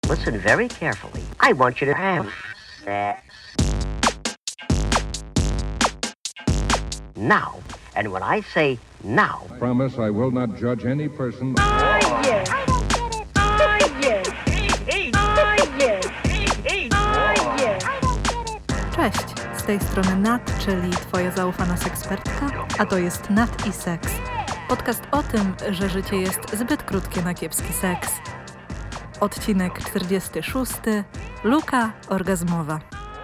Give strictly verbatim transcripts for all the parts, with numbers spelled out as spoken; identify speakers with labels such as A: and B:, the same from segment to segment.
A: Listen very carefully. I want you to have sex. Now. And when I say now...
B: I promise I will not judge any person...
C: Oh, yes. I don't get it. Oh, yes. Oh, yes. Oh, yes. I don't get it.
D: Cześć, z tej strony Nat, czyli twoja zaufana sekspertka, a to jest Nat i Seks. Podcast o tym, że życie jest zbyt krótkie na kiepski seks. Odcinek czterdziesty szósty. Luka orgazmowa.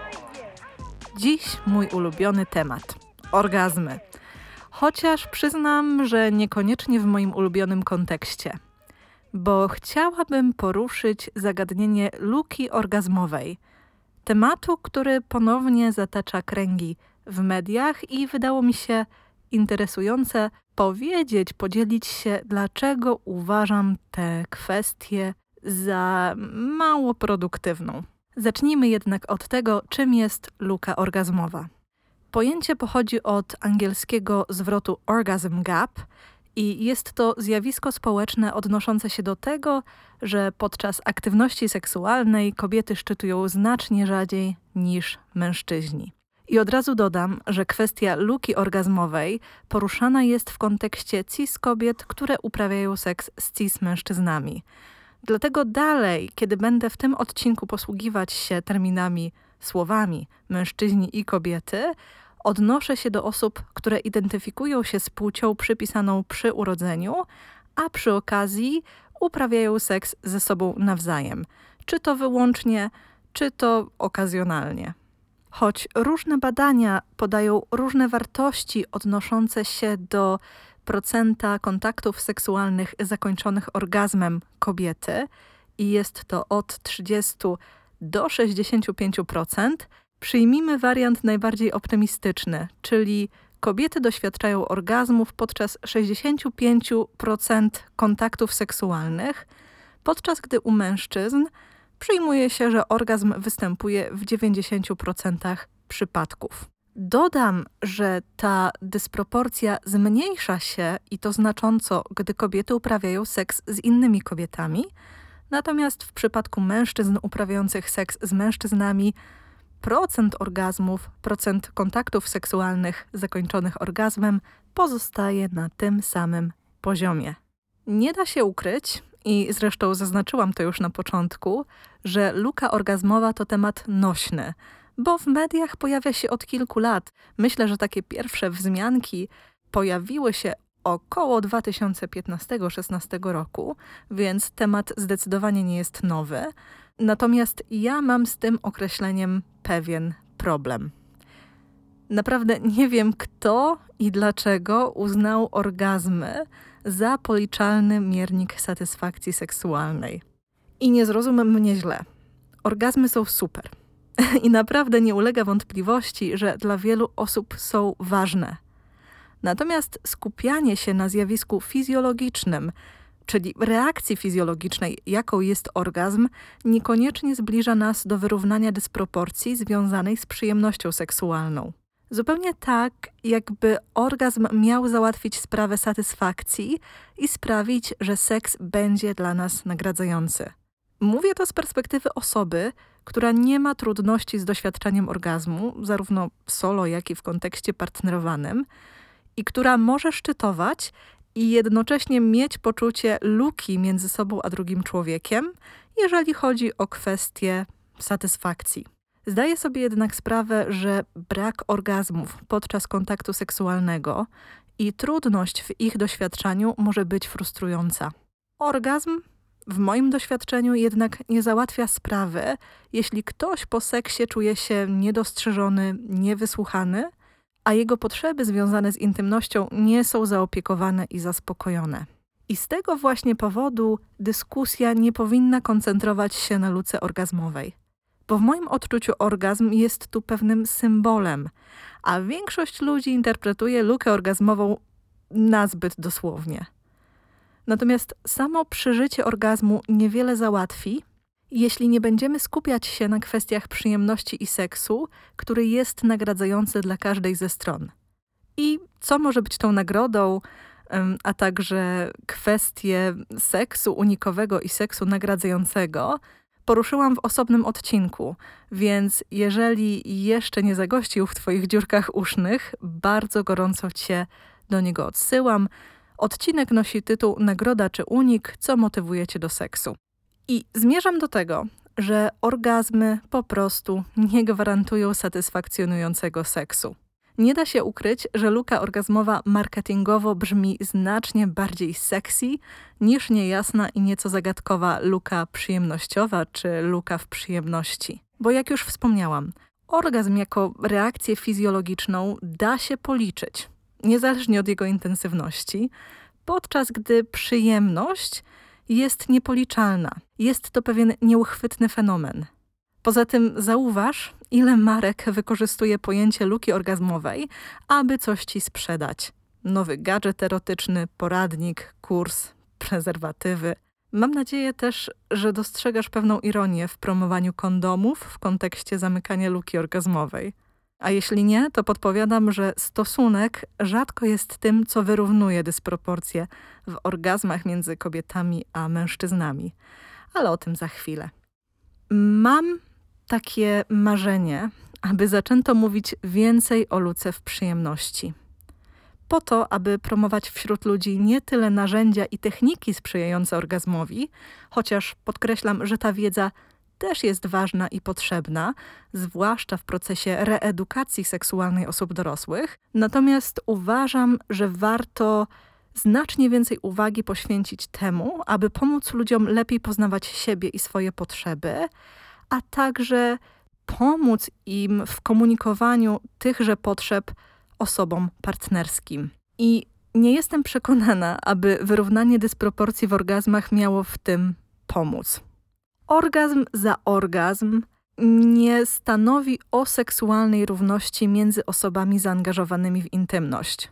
D: Dziś mój ulubiony temat. Orgazmy. Chociaż przyznam, że niekoniecznie w moim ulubionym kontekście. Bo chciałabym poruszyć zagadnienie luki orgazmowej. Tematu, który ponownie zatacza kręgi w mediach i wydało mi się interesujące powiedzieć, podzielić się, dlaczego uważam tę kwestię za mało produktywną. Zacznijmy jednak od tego, czym jest luka orgazmowa. Pojęcie pochodzi od angielskiego zwrotu orgasm gap i jest to zjawisko społeczne odnoszące się do tego, że podczas aktywności seksualnej kobiety szczytują znacznie rzadziej niż mężczyźni. I od razu dodam, że kwestia luki orgazmowej poruszana jest w kontekście cis kobiet, które uprawiają seks z cis mężczyznami. Dlatego dalej, kiedy będę w tym odcinku posługiwać się terminami, słowami mężczyźni i kobiety, odnoszę się do osób, które identyfikują się z płcią przypisaną przy urodzeniu, a przy okazji uprawiają seks ze sobą nawzajem. Czy to wyłącznie, czy to okazjonalnie. Choć różne badania podają różne wartości odnoszące się do procenta kontaktów seksualnych zakończonych orgazmem kobiety i jest to od trzydziestu do sześćdziesięciu pięciu procent, przyjmijmy wariant najbardziej optymistyczny, czyli kobiety doświadczają orgazmów podczas sześćdziesięciu pięciu procent kontaktów seksualnych, podczas gdy u mężczyzn przyjmuje się, że orgazm występuje w dziewięćdziesięciu procentach przypadków. Dodam, że ta dysproporcja zmniejsza się i to znacząco, gdy kobiety uprawiają seks z innymi kobietami, natomiast w przypadku mężczyzn uprawiających seks z mężczyznami procent orgazmów, procent kontaktów seksualnych zakończonych orgazmem pozostaje na tym samym poziomie. Nie da się ukryć, i zresztą zaznaczyłam to już na początku, że luka orgazmowa to temat nośny, bo w mediach pojawia się od kilku lat. Myślę, że takie pierwsze wzmianki pojawiły się około dwa tysiące piętnastego szesnastego roku, więc temat zdecydowanie nie jest nowy. Natomiast ja mam z tym określeniem pewien problem. Naprawdę nie wiem, kto i dlaczego uznał orgazmy za policzalny miernik satysfakcji seksualnej. I nie zrozum mnie źle. Orgazmy są super. I naprawdę nie ulega wątpliwości, że dla wielu osób są ważne. Natomiast skupianie się na zjawisku fizjologicznym, czyli reakcji fizjologicznej, jaką jest orgazm, niekoniecznie zbliża nas do wyrównania dysproporcji związanej z przyjemnością seksualną. Zupełnie tak, jakby orgazm miał załatwić sprawę satysfakcji i sprawić, że seks będzie dla nas nagradzający. Mówię to z perspektywy osoby, która nie ma trudności z doświadczaniem orgazmu, zarówno solo, jak i w kontekście partnerowanym, i która może szczytować i jednocześnie mieć poczucie luki między sobą a drugim człowiekiem, jeżeli chodzi o kwestię satysfakcji. Zdaję sobie jednak sprawę, że brak orgazmów podczas kontaktu seksualnego i trudność w ich doświadczaniu może być frustrująca. Orgazm w moim doświadczeniu jednak nie załatwia sprawy, jeśli ktoś po seksie czuje się niedostrzeżony, niewysłuchany, a jego potrzeby związane z intymnością nie są zaopiekowane i zaspokojone. I z tego właśnie powodu dyskusja nie powinna koncentrować się na luce orgazmowej. Bo w moim odczuciu orgazm jest tu pewnym symbolem, a większość ludzi interpretuje lukę orgazmową nazbyt dosłownie. Natomiast samo przeżycie orgazmu niewiele załatwi, jeśli nie będziemy skupiać się na kwestiach przyjemności i seksu, który jest nagradzający dla każdej ze stron. I co może być tą nagrodą, a także kwestie seksu unikowego i seksu nagradzającego poruszyłam w osobnym odcinku, więc jeżeli jeszcze nie zagościł w Twoich dziurkach usznych, bardzo gorąco Cię do niego odsyłam. Odcinek nosi tytuł Nagroda czy unik, co motywuje Cię do seksu. I zmierzam do tego, że orgazmy po prostu nie gwarantują satysfakcjonującego seksu. Nie da się ukryć, że luka orgazmowa marketingowo brzmi znacznie bardziej sexy niż niejasna i nieco zagadkowa luka przyjemnościowa czy luka w przyjemności. Bo jak już wspomniałam, orgazm jako reakcję fizjologiczną da się policzyć, niezależnie od jego intensywności, podczas gdy przyjemność jest niepoliczalna. Jest to pewien nieuchwytny fenomen. Poza tym zauważ, ile marek wykorzystuje pojęcie luki orgazmowej, aby coś ci sprzedać. Nowy gadżet erotyczny, poradnik, kurs, prezerwatywy. Mam nadzieję też, że dostrzegasz pewną ironię w promowaniu kondomów w kontekście zamykania luki orgazmowej. A jeśli nie, to podpowiadam, że stosunek rzadko jest tym, co wyrównuje dysproporcje w orgazmach między kobietami a mężczyznami. Ale o tym za chwilę. Mam takie marzenie, aby zaczęto mówić więcej o luce w przyjemności. Po to, aby promować wśród ludzi nie tyle narzędzia i techniki sprzyjające orgazmowi, chociaż podkreślam, że ta wiedza też jest ważna i potrzebna, zwłaszcza w procesie reedukacji seksualnej osób dorosłych. Natomiast uważam, że warto znacznie więcej uwagi poświęcić temu, aby pomóc ludziom lepiej poznawać siebie i swoje potrzeby, a także pomóc im w komunikowaniu tychże potrzeb osobom partnerskim. I nie jestem przekonana, aby wyrównanie dysproporcji w orgazmach miało w tym pomóc. Orgazm za orgazm nie stanowi o seksualnej równości między osobami zaangażowanymi w intymność.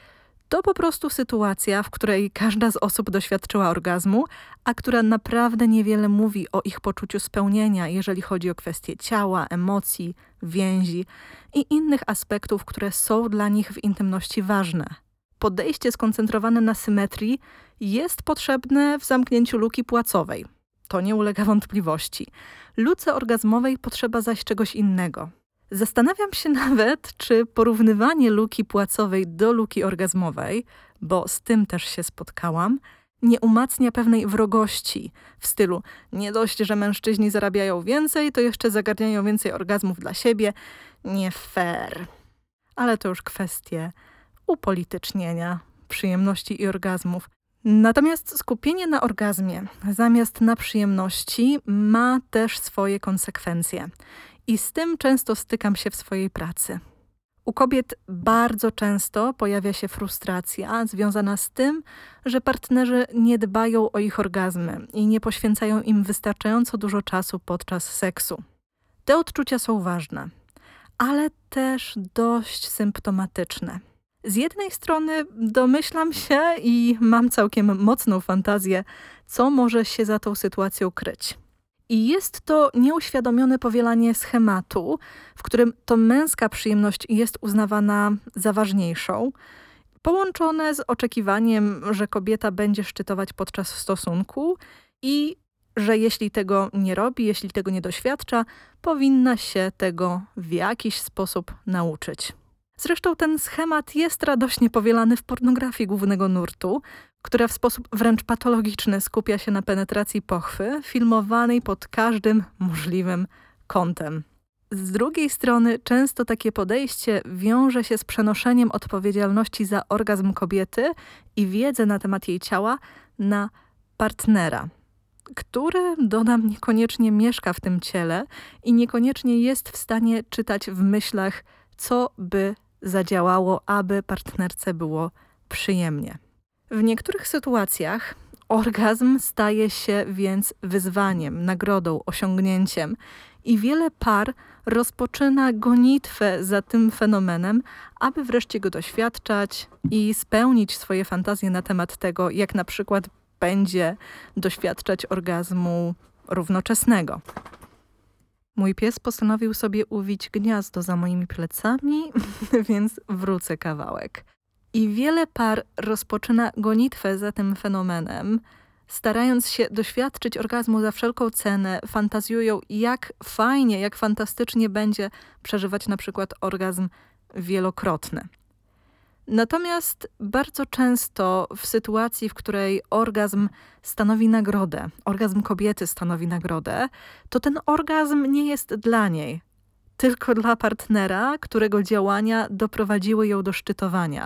D: To po prostu sytuacja, w której każda z osób doświadczyła orgazmu, a która naprawdę niewiele mówi o ich poczuciu spełnienia, jeżeli chodzi o kwestie ciała, emocji, więzi i innych aspektów, które są dla nich w intymności ważne. Podejście skoncentrowane na symetrii jest potrzebne w zamknięciu luki płacowej. To nie ulega wątpliwości. Luce orgazmowej potrzeba zaś czegoś innego. Zastanawiam się nawet, czy porównywanie luki płacowej do luki orgazmowej, bo z tym też się spotkałam, nie umacnia pewnej wrogości w stylu nie dość, że mężczyźni zarabiają więcej, to jeszcze zagarniają więcej orgazmów dla siebie. Nie fair. Ale to już kwestie upolitycznienia, przyjemności i orgazmów. Natomiast skupienie na orgazmie zamiast na przyjemności ma też swoje konsekwencje. I z tym często stykam się w swojej pracy. U kobiet bardzo często pojawia się frustracja związana z tym, że partnerzy nie dbają o ich orgazmy i nie poświęcają im wystarczająco dużo czasu podczas seksu. Te odczucia są ważne, ale też dość symptomatyczne. Z jednej strony domyślam się i mam całkiem mocną fantazję, co może się za tą sytuacją kryć. I jest to nieuświadomione powielanie schematu, w którym to męska przyjemność jest uznawana za ważniejszą, połączone z oczekiwaniem, że kobieta będzie szczytować podczas stosunku i że jeśli tego nie robi, jeśli tego nie doświadcza, powinna się tego w jakiś sposób nauczyć. Zresztą ten schemat jest radośnie powielany w pornografii głównego nurtu, która w sposób wręcz patologiczny skupia się na penetracji pochwy, filmowanej pod każdym możliwym kątem. Z drugiej strony często takie podejście wiąże się z przenoszeniem odpowiedzialności za orgazm kobiety i wiedzę na temat jej ciała na partnera, który, dodam, niekoniecznie mieszka w tym ciele i niekoniecznie jest w stanie czytać w myślach, co by zadziałało, aby partnerce było przyjemnie. W niektórych sytuacjach orgazm staje się więc wyzwaniem, nagrodą, osiągnięciem i wiele par rozpoczyna gonitwę za tym fenomenem, aby wreszcie go doświadczać i spełnić swoje fantazje na temat tego, jak na przykład będzie doświadczać orgazmu równoczesnego. Mój pies postanowił sobie uwić gniazdo za moimi plecami, więc wrócę kawałek. I wiele par rozpoczyna gonitwę za tym fenomenem starając się doświadczyć orgazmu za wszelką cenę, fantazjują, jak fajnie, jak fantastycznie będzie przeżywać na przykład orgazm wielokrotny. Natomiast bardzo często w sytuacji, w której orgazm stanowi nagrodę, orgazm kobiety stanowi nagrodę, to ten orgazm nie jest dla niej, tylko dla partnera, którego działania doprowadziły ją do szczytowania.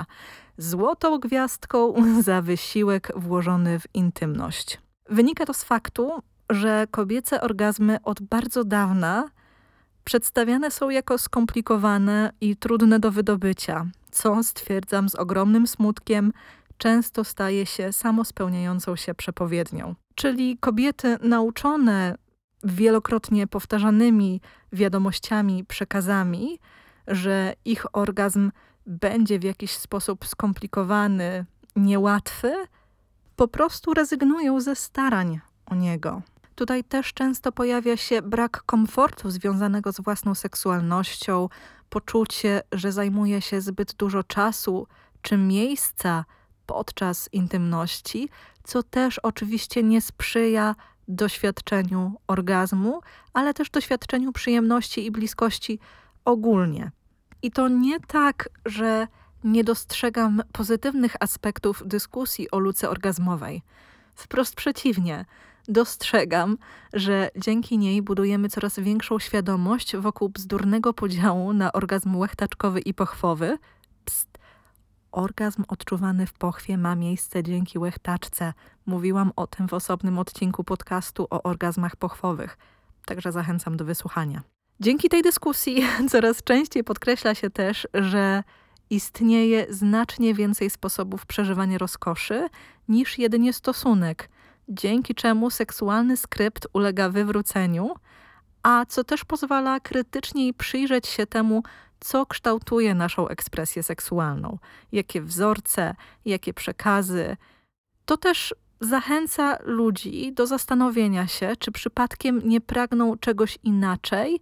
D: Złotą gwiazdką za wysiłek włożony w intymność. Wynika to z faktu, że kobiece orgazmy od bardzo dawna przedstawiane są jako skomplikowane i trudne do wydobycia, co, stwierdzam z ogromnym smutkiem, często staje się samospełniającą się przepowiednią. Czyli kobiety nauczone wielokrotnie powtarzanymi wiadomościami, przekazami, że ich orgazm będzie w jakiś sposób skomplikowany, niełatwy, po prostu rezygnują ze starań o niego. Tutaj też często pojawia się brak komfortu związanego z własną seksualnością, poczucie, że zajmuje się zbyt dużo czasu czy miejsca podczas intymności, co też oczywiście nie sprzyja doświadczeniu orgazmu, ale też doświadczeniu przyjemności i bliskości ogólnie. I to nie tak, że nie dostrzegam pozytywnych aspektów dyskusji o luce orgazmowej. Wprost przeciwnie. Dostrzegam, że dzięki niej budujemy coraz większą świadomość wokół bzdurnego podziału na orgazm łechtaczkowy i pochwowy. Psst. Orgazm odczuwany w pochwie ma miejsce dzięki łechtaczce. Mówiłam o tym w osobnym odcinku podcastu o orgazmach pochwowych. Także zachęcam do wysłuchania. Dzięki tej dyskusji coraz częściej podkreśla się też, że istnieje znacznie więcej sposobów przeżywania rozkoszy niż jedynie stosunek, dzięki czemu seksualny skrypt ulega wywróceniu, a co też pozwala krytyczniej przyjrzeć się temu, co kształtuje naszą ekspresję seksualną, jakie wzorce, jakie przekazy. To też zachęca ludzi do zastanowienia się, czy przypadkiem nie pragną czegoś inaczej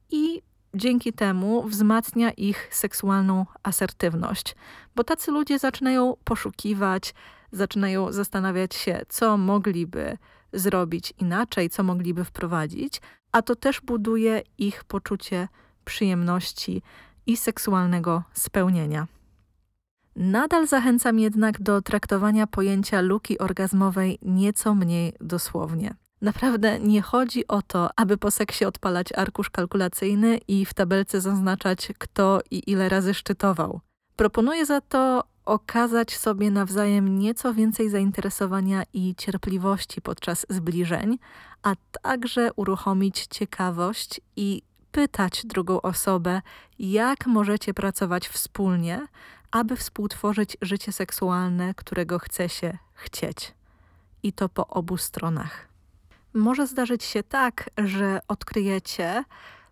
D: i dzięki temu wzmacnia ich seksualną asertywność. Bo tacy ludzie zaczynają poszukiwać, zaczynają zastanawiać się, co mogliby zrobić inaczej, co mogliby wprowadzić, a to też buduje ich poczucie przyjemności i seksualnego spełnienia. Nadal zachęcam jednak do traktowania pojęcia luki orgazmowej nieco mniej dosłownie. Naprawdę nie chodzi o to, aby po seksie odpalać arkusz kalkulacyjny i w tabelce zaznaczać, kto i ile razy szczytował. Proponuję za to okazać sobie nawzajem nieco więcej zainteresowania i cierpliwości podczas zbliżeń, a także uruchomić ciekawość i pytać drugą osobę, jak możecie pracować wspólnie, aby współtworzyć życie seksualne, którego chce się chcieć. I to po obu stronach. Może zdarzyć się tak, że odkryjecie,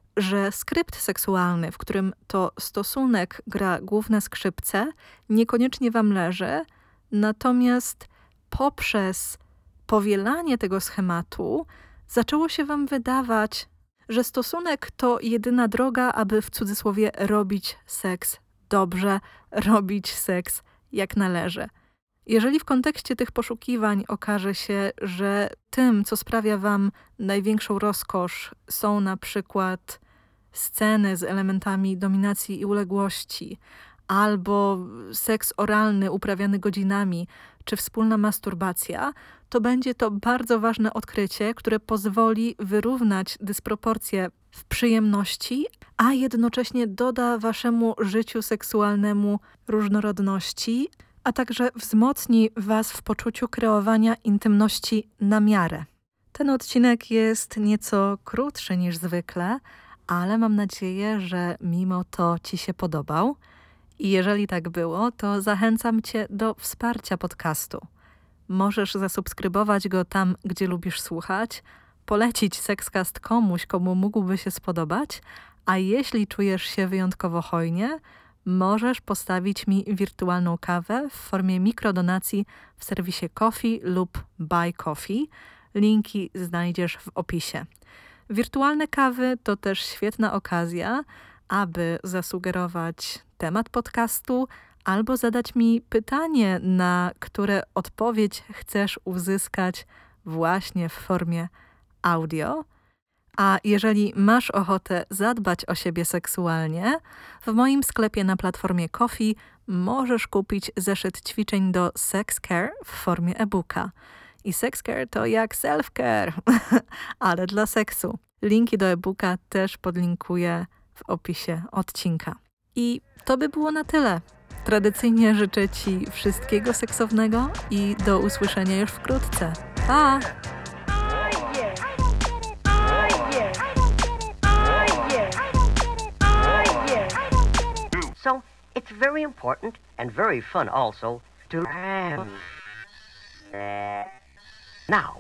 D: że skrypt seksualny, w którym to stosunek gra główne skrzypce, niekoniecznie wam leży, natomiast poprzez powielanie tego schematu zaczęło się wam wydawać, że stosunek to jedyna droga, aby w cudzysłowie robić seks dobrze, robić seks jak należy. Jeżeli w kontekście tych poszukiwań okaże się, że tym, co sprawia wam największą rozkosz, są na przykład sceny z elementami dominacji i uległości, albo seks oralny uprawiany godzinami, czy wspólna masturbacja, to będzie to bardzo ważne odkrycie, które pozwoli wyrównać dysproporcje w przyjemności, a jednocześnie doda waszemu życiu seksualnemu różnorodności, a także wzmocni was w poczuciu kreowania intymności na miarę. Ten odcinek jest nieco krótszy niż zwykle, ale mam nadzieję, że mimo to ci się podobał. I jeżeli tak było, to zachęcam cię do wsparcia podcastu. Możesz zasubskrybować go tam, gdzie lubisz słuchać, polecić Sexcast komuś, komu mógłby się spodobać, a jeśli czujesz się wyjątkowo hojnie, możesz postawić mi wirtualną kawę w formie mikrodonacji w serwisie Ko-fi lub Buy Coffee. Linki znajdziesz w opisie. Wirtualne kawy to też świetna okazja, aby zasugerować temat podcastu albo zadać mi pytanie, na które odpowiedź chcesz uzyskać właśnie w formie audio. A jeżeli masz ochotę zadbać o siebie seksualnie, w moim sklepie na platformie Ko-fi możesz kupić zeszyt ćwiczeń do Sex Care w formie e-booka. I Sex Care to jak self-care, ale dla seksu. Linki do e-booka też podlinkuję w opisie odcinka. I to by było na tyle. Tradycyjnie życzę Ci wszystkiego seksownego i do usłyszenia już wkrótce. Pa!
C: Oh, yeah. Oh, yeah. Oh, yeah. Oh, yeah.
A: So, it's very important and very fun also to have sex. Now,